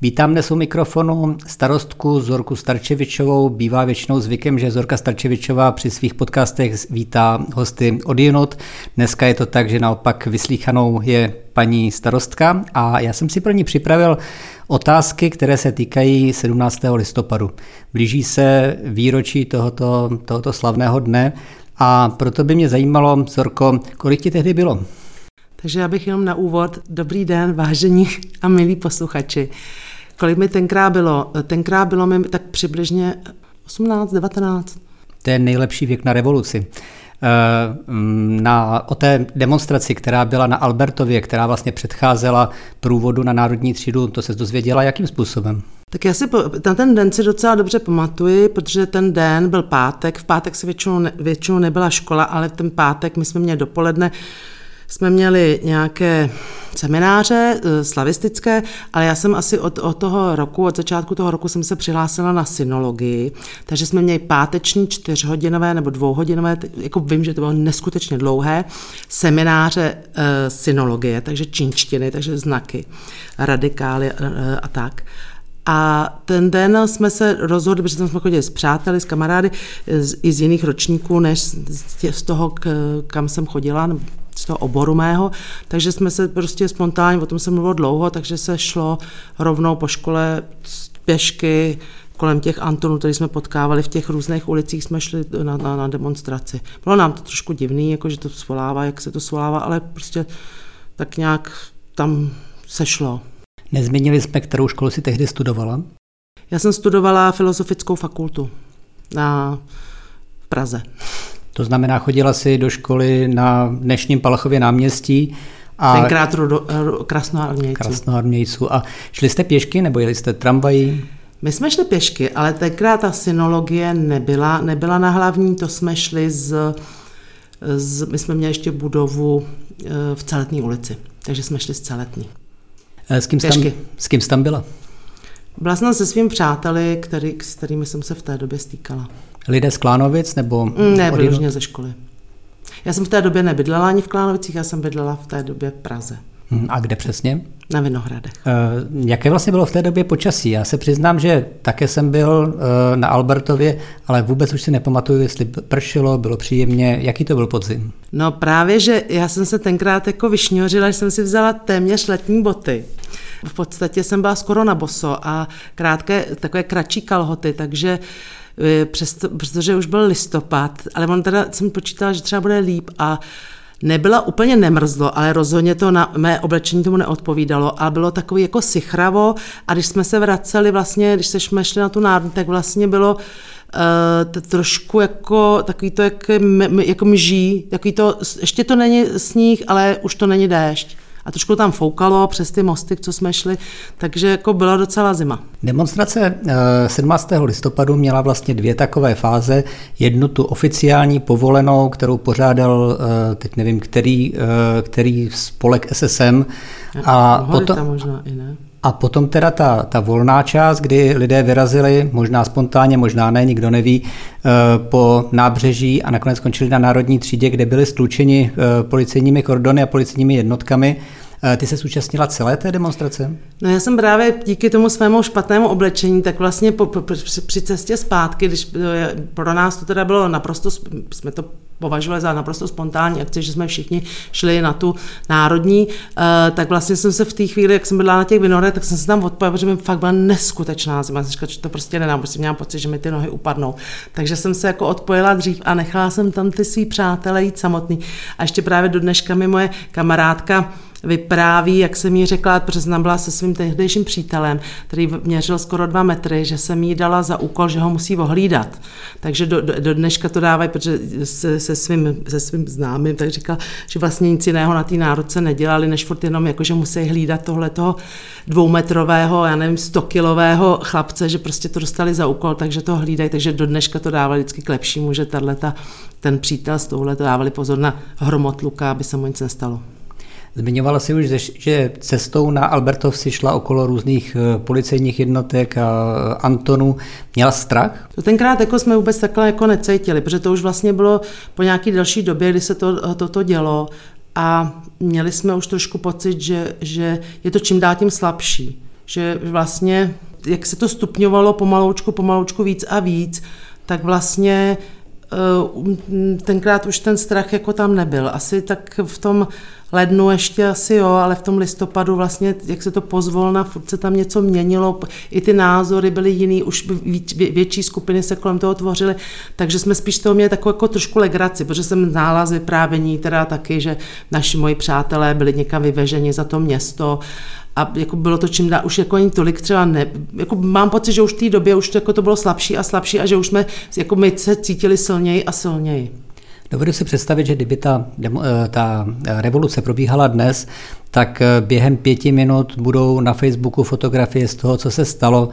Vítám dnes u mikrofonu starostku Zorku Starčevičovou. Bývá většinou zvykem, že Zorka Starčevičová při svých podcastech vítá hosty odjinud. Dneska je to tak, že naopak vyslýchanou je paní starostka a já jsem si pro ní připravil otázky, které se týkají 17. listopadu. Blíží se výročí tohoto slavného dne a proto by mě zajímalo, Zorko, kolik ti tehdy bylo? Takže já bych jenom na úvod, dobrý den, vážení a milí posluchači. Kolik mi tenkrát bylo? Tenkrát bylo mi tak přibližně 18, 19. To je nejlepší věk na revoluci. O té demonstraci, která byla na Albertově, která vlastně předcházela průvodu na Národní třídu, to se dozvěděla jakým způsobem? Tak já si na ten den si docela dobře pamatuji, protože ten den byl pátek. V pátek se většinou nebyla škola, ale ten pátek my jsme měli dopoledne, jsme měli nějaké semináře slavistické, ale já jsem asi od začátku toho roku jsem se přihlásila na synologii, takže jsme měli páteční 4hodinové nebo 2hodinové, jako vím, že to bylo neskutečně dlouhé, semináře synologie, takže čínštiny, takže znaky, radikály a tak. A ten den jsme se rozhodli, protože jsme chodili s přáteli, s kamarády, i z jiných ročníků, než z toho, kam jsem chodila, z toho oboru mého, takže jsme se prostě spontánně, o tom se mluvilo dlouho, takže se šlo rovnou po škole pěšky kolem těch Antonů, který jsme potkávali v těch různých ulicích, jsme šli na demonstraci. Bylo nám to trošku divný, jako že to svolává, jak se to svolává, ale prostě tak nějak tam se šlo. Nezmínili jsme, kterou školu si tehdy studovala? Já jsem studovala filozofickou fakultu v Praze. To znamená, chodila si do školy na dnešním Palachově náměstí. Tenkrát Krasnoarmějců. A šli jste pěšky nebo jeli jste tramvají? My jsme šli pěšky, ale tenkrát ta synologie nebyla na Hlavní, to jsme šli my jsme měli ještě budovu v Celetní ulici, takže jsme šli z Celetní. S kým jsi tam byla? Byla jsem se svými přáteli, s kterými jsem se v té době stýkala. Lidé z Klánovic nebo? Ne, vyloženě ze školy. Já jsem v té době nebydlela ani v Klánovicích, já jsem bydlela v té době v Praze. A kde přesně? Na Vinohradech. Jaké vlastně bylo v té době počasí? Já se přiznám, že také jsem byl na Albertově, ale vůbec už si nepamatuju, jestli pršelo, bylo příjemně. Jaký to byl podzim? No právě, že já jsem se tenkrát jako vyšňořila, že jsem si vzala téměř letní boty. V podstatě jsem byla skoro na boso a takové kratší kalhoty, takže protože už byl listopad, ale on teda jsem počítala, že třeba bude líp a nebyla úplně nemrzlo, ale rozhodně to na mé oblečení tomu neodpovídalo a bylo takový jako sichravo a když jsme se vraceli vlastně, když jsme šli na tu Národní, tak vlastně bylo trošku jako takový to jako mží, takový to, ještě to není sníh, ale už to není déšť. A trošku tam foukalo přes ty mosty, co jsme šli, takže jako byla docela zima. Demonstrace 17. listopadu měla vlastně dvě takové fáze. Jednu tu oficiální povolenou, kterou pořádal, teď nevím, který spolek SSM. A potom teda ta volná část, kdy lidé vyrazili, možná spontánně, možná ne, nikdo neví, po nábřeží a nakonec skončili na Národní třídě, kde byli stlučeni policejními kordony a policejními jednotkami. Ty se zúčastnila celé té demonstrace? No já jsem právě díky tomu svému špatnému oblečení, tak vlastně při cestě zpátky, když pro nás to teda bylo naprosto, jsme to považovali za naprosto spontánní akci, že jsme všichni šli na tu Národní, tak vlastně jsem se v té chvíli, jak jsem byla na těch Vinohradech, tak jsem se tam odpojila, protože mi fakt byla neskutečná zima. Jsem říkala, že to prostě nedám, protože měla pocit, že mi ty nohy upadnou. Takže jsem se jako odpojila dřív a nechala jsem tam ty svý přátelé jít samotný. A ještě právě do dneška mi moje kamarádka vypráví, jak jsem jí řekla, protože jsem byla se svým tehdejším přítelem, který měřil skoro 2 metry, že jsem jí dala za úkol, že ho musí ohlídat. Takže do dneška to dávají, protože se svým známým, tak říkal, že vlastně nic jiného na té národce nedělali, než furt jenom jako, že musí hlídat tohletoho 2metrového, já nevím, 100kilového chlapce, že prostě to dostali za úkol, takže to hlídají, takže do dneška to dávali vždycky k lepšímu, že ten přítel s touhle to dávali pozor na hromotluka, aby se mu nic nestalo. Zmiňovala si už, že cestou na Albertov si šla okolo různých policejních jednotek a Antonů. Měla strach? To tenkrát jako jsme vůbec takhle jako necítili, protože to už vlastně bylo po nějaký delší době, kdy se toto dělo a měli jsme už trošku pocit, že je to čím dál tím slabší. že vlastně, jak se to stupňovalo pomaloučku víc a víc, tak vlastně tenkrát už ten strach jako tam nebyl. Asi tak v tom lednu ještě asi jo, ale v tom listopadu vlastně, jak se to pozvolna, furt se tam něco měnilo, i ty názory byly jiný, už větší skupiny se kolem toho tvořily, takže jsme spíš toho měli takovou jako trošku legraci, protože jsem znala z vyprávění teda taky, že moji přátelé byli někam vyveženi za to město a jako bylo to čím dál, už jako ani tolik třeba ne, jako mám pocit, že už v té době už to, jako to bylo slabší a slabší a že už jsme jako my se cítili silněji a silněji. Dovedu si představit, že kdyby ta revoluce probíhala dnes, tak během 5 minut budou na Facebooku fotografie z toho, co se stalo.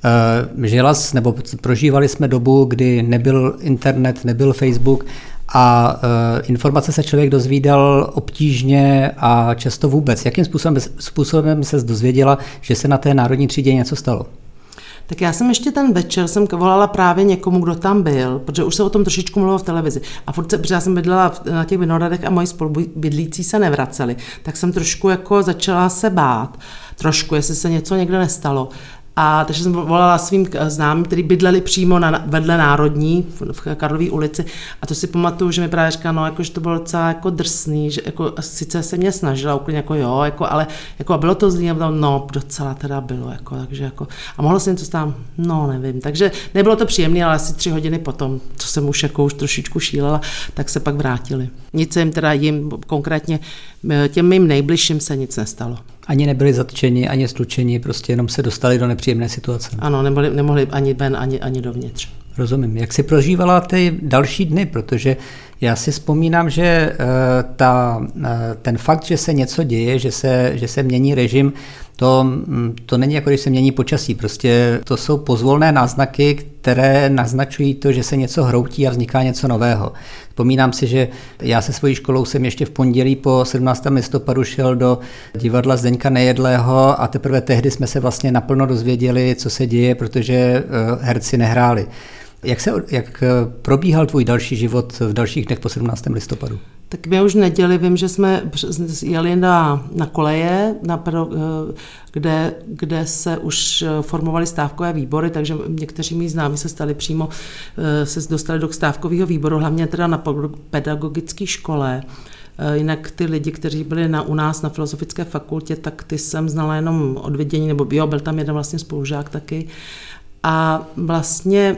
Prožívali jsme dobu, kdy nebyl internet, nebyl Facebook a informace se člověk dozvídal obtížně a často vůbec. Jakým způsobem se dozvěděla, že se na té národní třídě něco stalo? Tak já jsem ještě ten večer volala právě někomu, kdo tam byl, protože už se o tom trošičku mluvilo v televizi. A protože já jsem bydlela na těch Vinohradech a moji spolubydlící se nevraceli, tak jsem trošku jako začala se bát. Trošku, jestli se něco někde nestalo. A takže jsem volala svým známým, kteří bydleli přímo vedle Národní v Karlově ulici. A to si pamatuju, že mi právě říká, no, jako, že to bylo docela jako drsný, že jako, sice se mě snažila úplně jako jo, jako, ale jako, a bylo to zlý, a no, docela teda bylo, jako, takže jako, a mohlo se něco stát, no, nevím. Takže nebylo to příjemné, ale asi 3 hodiny potom, co jsem už jako už trošičku šílela, tak se pak vrátili. Nic jim teda konkrétně těm mým nejbližším se nic nestalo. Ani nebyli zatčeni, ani stlučeni, prostě jenom se dostali do nepříjemné situace. Ano, nemohli ani ven, ani dovnitř. Rozumím. Jak jsi prožívala ty další dny? Protože já si vzpomínám, že ten fakt, že se něco děje, že se mění režim, to není jako když se mění počasí. Prostě to jsou pozvolné náznaky, které naznačují to, že se něco hroutí a vzniká něco nového. Vzpomínám si, že já se svojí školou jsem ještě v pondělí po 17. listopadu šel do divadla Zdeňka Nejedlého a teprve tehdy jsme se vlastně naplno dozvěděli, co se děje, protože herci nehráli. Jak probíhal tvůj další život v dalších dnech po 17. listopadu? Tak my už v neděli vím, že jsme jeli na koleje, kde se už formovaly stávkové výbory, takže někteří mý známí se stali přímo, se dostali do stávkového výboru, hlavně teda na pedagogické škole. Jinak ty lidi, kteří byli u nás na Filozofické fakultě, tak ty jsem znala jenom od vidění, nebo byl tam jeden vlastně spolužák taky. A vlastně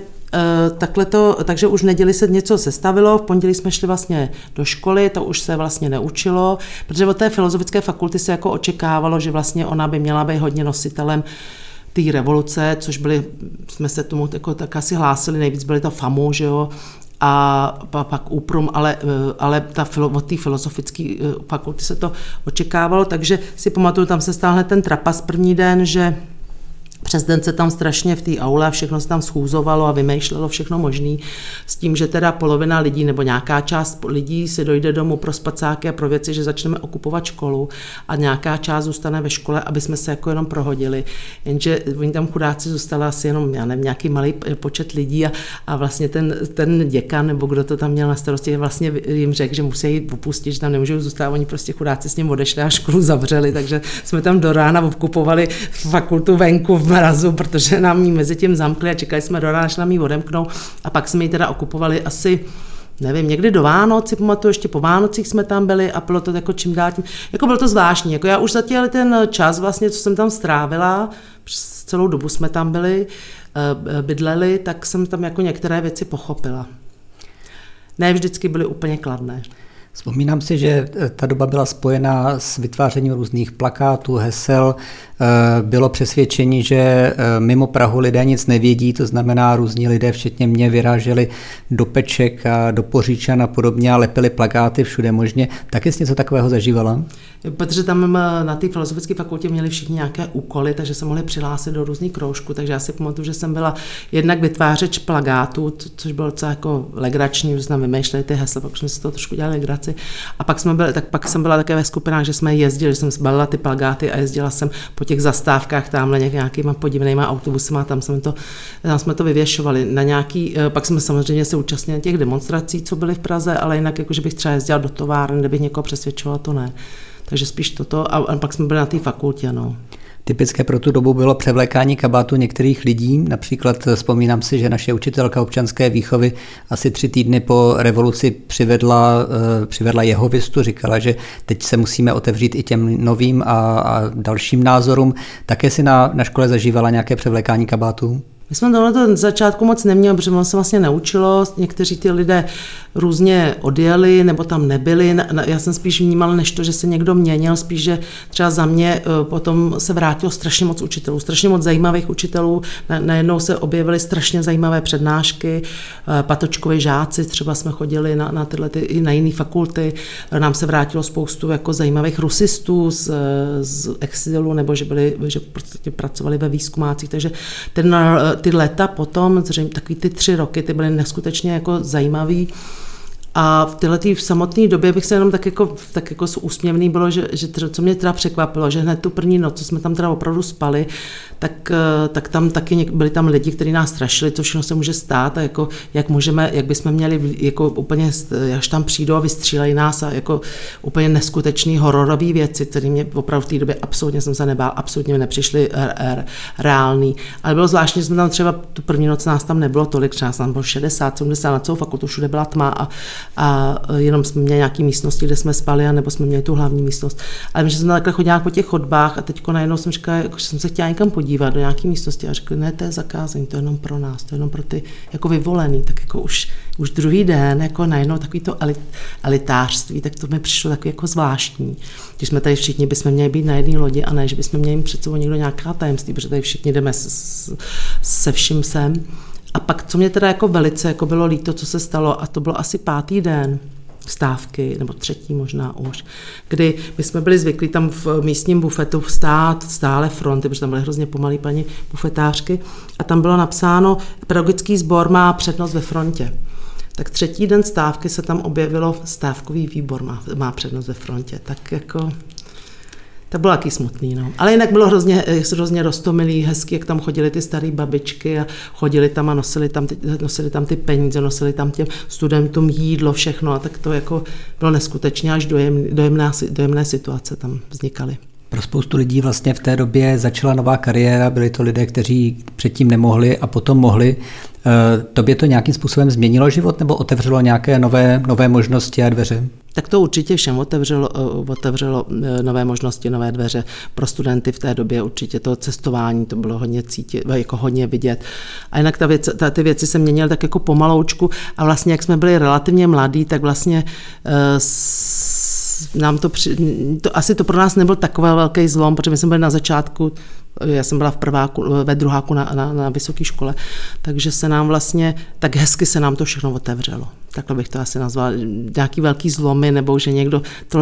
takže už v neděli se něco sestavilo, v pondělí jsme šli vlastně do školy, to už se vlastně neučilo, protože od té Filozofické fakulty se jako očekávalo, že vlastně ona by měla být hodně nositelem té revoluce, což jsme se tomu jako tak asi hlásili, nejvíc byly to FAMU, že jo, a pak ÚPRUM, ale od té Filozofické fakulty se to očekávalo, takže si pamatuju, tam se stál hned ten trapas první den, že přes den se tam strašně v té aule a všechno se tam schůzovalo a vymýšlelo všechno možný s tím, že teda polovina lidí nebo nějaká část lidí si dojde domů pro spacáky a pro věci, že začneme okupovat školu a nějaká část zůstane ve škole, aby jsme se jako jenom prohodili. Jenže oni tam chudáci zůstali asi jenom, já nevím, nějaký malý počet lidí a vlastně ten děkan nebo kdo to tam měl na starosti, vlastně jim řekl, že musí jít opustit, že tam nemůžou zůstávat, oni prostě chudáci s ním odešli a školu zavřeli, takže jsme tam do rána okupovali fakultu venku v mrazu, protože nám ji mezi tím zamkli a čekali jsme do rána, až nám ji odemknou a pak jsme ji teda okupovali asi, nevím, někdy do Vánoc, si pamatuju, ještě po Vánocích jsme tam byli a bylo to jako čím dál tím, jako bylo to zvláštní, jako já už za ten čas vlastně, co jsem tam strávila, přes celou dobu jsme tam byli, bydleli, tak jsem tam jako některé věci pochopila. Ne vždycky byly úplně kladné. Vzpomínám si, že ta doba byla spojená s vytvářením různých plakátů, hesel. Bylo přesvědčení, že mimo Prahu lidé nic nevědí, to znamená různí lidé, včetně mě, vyráželi do Peček a do Poříčan a podobně a lepili plakáty všude možně. Taky jsi něco takového zažívala? Protože tam na té Filozofické fakultě měli všichni nějaké úkoly, takže se mohli přihlásit do různých kroužků, takže já si pamatuju, že jsem byla jednak vytvářeč plakátů, což bylo docela jako legrační, že jsme vymýšleli ty hesla, pak jsme si to trošku dělali legraci. A pak jsem byla také ve skupinách, že jsme jezdili, že jsem zbalila ty plakáty a jezdila jsem po těch zastávkách tamhle nějakýma podivnýma autobusama, tam jsme to vyvěšovali. Pak jsme samozřejmě se účastnili těch demonstrací, co byly v Praze, ale jinak jako, že bych třeba jezdila do továrny, kde bych někoho přesvědčovala, to ne. Takže spíš toto a pak jsme byli na té fakultě, no. Typické pro tu dobu bylo převlékání kabátu některých lidí. Například vzpomínám si, že naše učitelka občanské výchovy asi 3 týdny po revoluci přivedla jehovistu, říkala, že teď se musíme otevřít i těm novým a dalším názorům. Také si na škole zažívala nějaké převlékání kabátů? My jsme tohle na začátku moc neměli, protože ono se vlastně naučilo, někteří ty lidé různě odjeli nebo tam nebyli. Já jsem spíš vnímala než to, že se někdo měnil, spíš, že třeba za mě potom se vrátilo strašně moc učitelů, strašně moc zajímavých učitelů. Najednou se objevily strašně zajímavé přednášky, patočkoví žáci, třeba jsme chodili i na jiné fakulty. Nám se vrátilo spoustu jako zajímavých rusistů z exilu, nebo že prostě pracovali ve výzkumácích, takže ty léta potom, zřejmě takový ty 3 roky, ty byly neskutečně jako zajímavý. A v samotné době bych se jenom tak jako úsměvný bylo, že co mě teda překvapilo, že hned tu první noc, co jsme tam teda opravdu spali, tak tam taky byli tam lidi, kteří nás strašili, co všechno se může stát a jako jak bychom měli jako úplně, až tam přijdou a vystřílejí nás a jako úplně neskutečný hororové věci, které mě opravdu v té době absolutně jsem se nebál, absolutně mi nepřišly reální. Ale bylo zvláštní, že jsme tam třeba tu první noc nás tam nebylo tolik, třeba tam bylo 60, 70, na celou fakultu všude byla tma a jenom jsme měli nějaké místnosti, kde jsme spali, nebo jsme měli tu hlavní místnost. Ale že jsem takhle chodila po těch chodbách a teď najednou jsem říkala, že jsem se chtěla někam podívat do nějaké místnosti a řekli, ne, to je zakázané, to je jenom pro nás, to je jenom pro ty jako vyvolený, tak jako už druhý den, jako najednou takový to elitářství, tak to mi přišlo takový jako zvláštní. Když jsme tady všichni bychom měli být na jedné lodi a ne, že bychom měli před sebou někdo nějaká tajemství, protože tady všichni jdeme se vším sem. A pak, co mě teda jako velice jako bylo líto, co se stalo, a to bylo asi 5. den stávky, nebo 3. možná už, kdy my jsme byli zvyklí tam v místním bufetu stále fronty, protože tam byly hrozně pomalý paní bufetářky, a tam bylo napsáno, pedagogický sbor má přednost ve frontě. Tak 3. den stávky se tam objevilo, stávkový výbor má přednost ve frontě, tak jako... To bylo taky smutný, no. Ale jinak bylo hrozně roztomilý, hezky, jak tam chodili ty staré babičky a chodili tam a nosili tam ty peníze, nosili tam těm studentům jídlo, všechno, a tak to jako bylo neskutečně až dojemné situace tam vznikaly. Pro spoustu lidí vlastně v té době začala nová kariéra, byli to lidé, kteří předtím nemohli a potom mohli. Tobě to nějakým způsobem změnilo život nebo otevřelo nějaké nové možnosti a dveře? Tak to určitě všem otevřelo nové možnosti, nové dveře. Pro studenty v té době určitě to cestování, to bylo hodně cítit, jako hodně vidět. A jinak ty věci se měnily tak jako pomaloučku a vlastně jak jsme byli relativně mladí, tak vlastně nám asi to pro nás nebyl takový velký zlom, protože my jsme byli na začátku, já jsem byla ve druháku na vysoké škole, takže se nám vlastně, tak hezky se nám to všechno otevřelo. Takhle bych to asi nazvala, nějaký velký zlomy, nebo že někdo,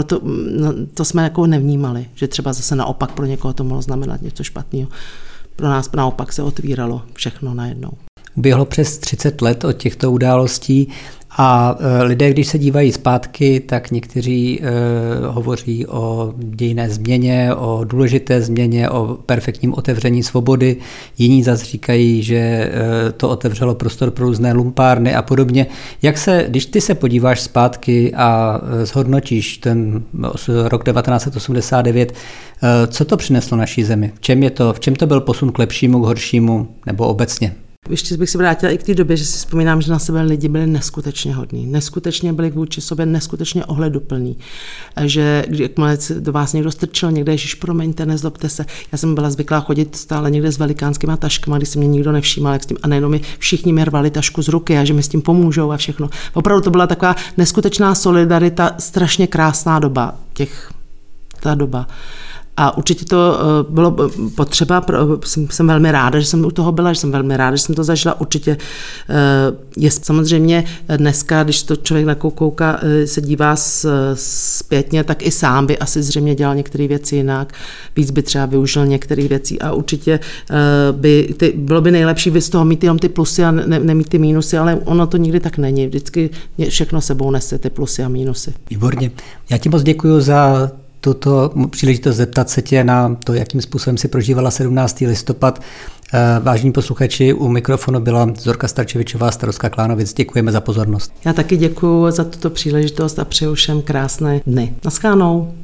to jsme jako nevnímali, že třeba zase naopak pro někoho to mohlo znamenat něco špatného. Pro nás naopak se otvíralo všechno najednou. Uběhlo přes 30 let od těchto událostí a lidé, když se dívají zpátky, tak někteří hovoří o dějinné změně, o důležité změně, o perfektním otevření svobody. Jiní zase říkají, že to otevřelo prostor pro různé lumpárny a podobně. Když ty se podíváš zpátky a zhodnotíš ten rok 1989, co to přineslo naší zemi? V čem to byl posun k lepšímu, k horšímu nebo obecně? Ještě bych se vrátila i k té době, že si vzpomínám, že na sebe lidi byli neskutečně hodní, neskutečně byli vůči sobě neskutečně ohleduplní, že jakmile do vás někdo strčil někde, ježiš, promiňte, nezlobte se. Já jsem byla zvyklá chodit stále někde s velikánskýma taškama, když se mě nikdo nevšímal, jak s tím, a nejenom všichni mi rvali tašku z ruky a že mi s tím pomůžou a všechno. Opravdu to byla taková neskutečná solidarita, strašně krásná doba, ta doba. A určitě to bylo potřeba, jsem velmi ráda, že jsem u toho byla, že jsem velmi ráda, že jsem to zažila. Určitě je samozřejmě dneska, když to člověk na kouká, se dívá zpětně, tak i sám by asi zřejmě dělal některé věci jinak, víc by třeba využil některé věcí a určitě bylo by nejlepší z toho mít jenom ty plusy a nemít ty mínusy, ale ono to nikdy tak není. Vždycky všechno sebou nese, ty plusy a mínusy. Výborně. Já ti moc děkuji za tuto příležitost zeptat se tě na to, jakým způsobem si prožívala 17. listopad. Vážení posluchači, u mikrofonu byla Zorka Starčevičová, starostka Klánovic. Děkujeme za pozornost. Já taky děkuji za tuto příležitost a přeju všem krásné dny. Naschledanou.